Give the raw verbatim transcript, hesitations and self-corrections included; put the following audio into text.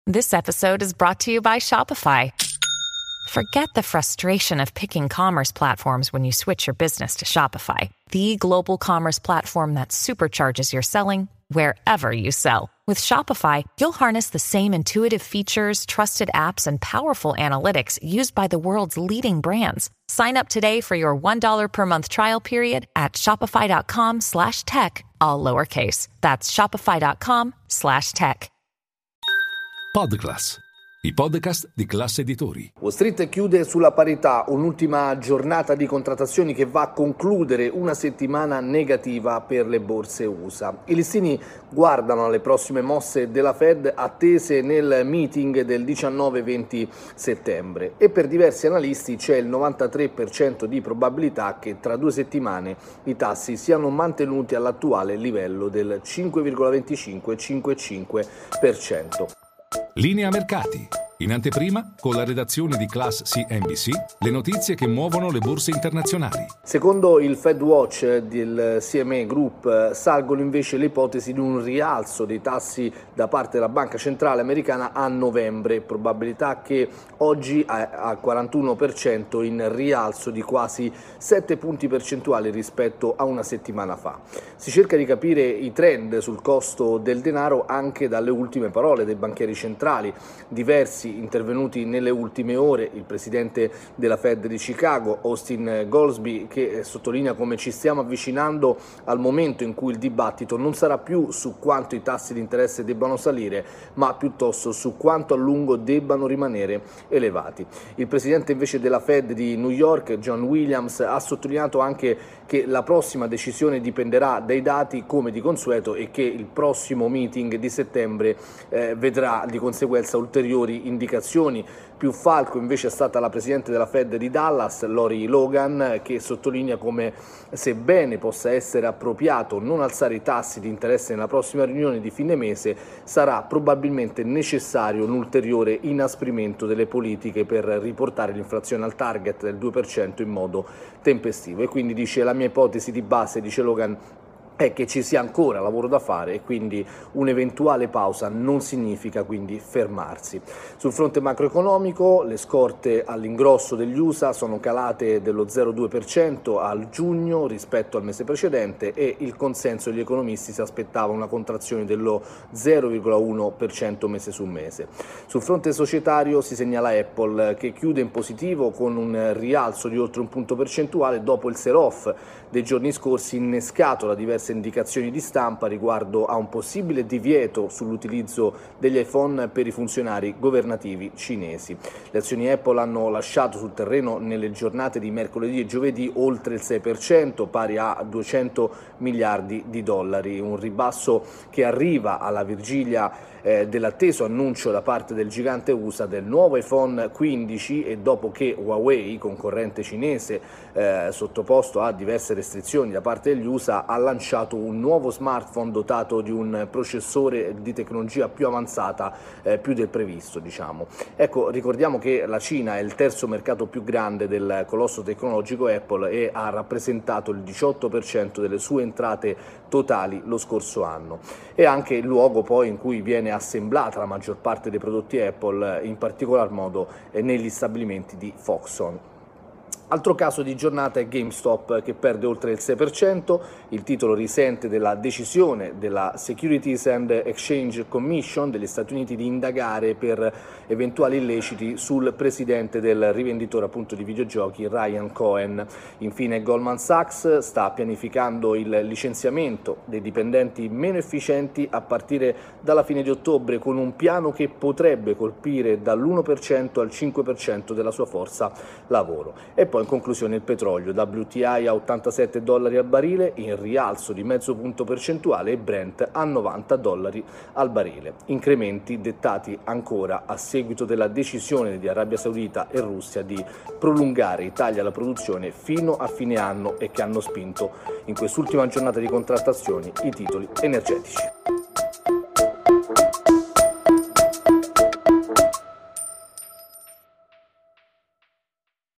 This episode is brought to you by Shopify. Forget the frustration of picking commerce platforms when you switch your business to Shopify, the global commerce platform that supercharges your selling wherever you sell. With Shopify, you'll harness the same intuitive features, trusted apps, and powerful analytics used by the world's leading brands. Sign up today for your one dollar per month trial period at shopify.com slash tech, all lowercase. That's shopify.com slash tech. Podclass, i podcast di Class Editori. Wall Street chiude sulla parità, un'ultima giornata di contrattazioni che va a concludere una settimana negativa per le borse U S A. I listini guardano alle prossime mosse della Fed attese nel meeting del diciannove venti settembre e per diversi analisti c'è il novantatré per cento di probabilità che tra due settimane i tassi siano mantenuti all'attuale livello del cinque virgola venticinque cinque cinque per cento. Linea mercati. In anteprima, con la redazione di Class C N B C, le notizie che muovono le borse internazionali. Secondo il Fed Watch del C M A Group, salgono invece le ipotesi di un rialzo dei tassi da parte della Banca Centrale Americana a novembre, probabilità che oggi è al quarantuno per cento, in rialzo di quasi sette punti percentuali rispetto a una settimana fa. Si cerca di capire i trend sul costo del denaro anche dalle ultime parole dei banchieri centrali, diversi intervenuti nelle ultime ore, il presidente della Fed di Chicago, Austin Goolsbee, che sottolinea come ci stiamo avvicinando al momento in cui il dibattito non sarà più su quanto i tassi di interesse debbano salire, ma piuttosto su quanto a lungo debbano rimanere elevati. Il presidente invece della Fed di New York, John Williams, ha sottolineato anche che la prossima decisione dipenderà dai dati come di consueto e che il prossimo meeting di settembre eh, vedrà di conseguenza ulteriori indicazioni. Più falco invece è stata la presidente della Fed di Dallas, Lori Logan, che sottolinea come, sebbene possa essere appropriato non alzare i tassi di interesse nella prossima riunione di fine mese, sarà probabilmente necessario un ulteriore inasprimento delle politiche per riportare l'inflazione al target del due per cento in modo tempestivo. E quindi dice: la mia ipotesi di base, dice Logan, è che ci sia ancora lavoro da fare e quindi un'eventuale pausa non significa quindi fermarsi. Sul fronte macroeconomico, le scorte all'ingrosso degli U S A sono calate dello zero virgola due per cento al giugno rispetto al mese precedente e il consenso degli economisti si aspettava una contrazione dello zero virgola uno per cento mese su mese. Sul fronte societario si segnala Apple, che chiude in positivo con un rialzo di oltre un punto percentuale dopo il sell-off dei giorni scorsi, innescato da diverse indicazioni di stampa riguardo a un possibile divieto sull'utilizzo degli iPhone per i funzionari governativi cinesi. Le azioni Apple hanno lasciato sul terreno nelle giornate di mercoledì e giovedì oltre il sei per cento, pari a duecento miliardi di dollari, un ribasso che arriva alla vigilia eh, dell'atteso annuncio da parte del gigante U S A del nuovo iPhone quindici e dopo che Huawei, concorrente cinese eh, sottoposto a diverse restrizioni da parte degli U S A, ha lanciato un nuovo smartphone dotato di un processore di tecnologia più avanzata, eh, più del previsto, diciamo. Ecco, ricordiamo che la Cina è il terzo mercato più grande del colosso tecnologico Apple e ha rappresentato il diciotto per cento delle sue entrate totali lo scorso anno. È anche il luogo poi in cui viene assemblata la maggior parte dei prodotti Apple, in particolar modo eh, negli stabilimenti di Foxconn. Altro caso di giornata è GameStop, che perde oltre il sei per cento, il titolo risente della decisione della Securities and Exchange Commission degli Stati Uniti di indagare per eventuali illeciti sul presidente del rivenditore appunto di videogiochi Ryan Cohen. Infine Goldman Sachs sta pianificando il licenziamento dei dipendenti meno efficienti a partire dalla fine di ottobre, con un piano che potrebbe colpire dall'uno per cento al cinque per cento della sua forza lavoro. E poi in conclusione il petrolio, W T I a ottantasette dollari al barile, in rialzo di mezzo punto percentuale, e Brent a novanta dollari al barile. Incrementi dettati ancora a seguito della decisione di Arabia Saudita e Russia di prolungare i tagli alla produzione fino a fine anno e che hanno spinto in quest'ultima giornata di contrattazioni i titoli energetici.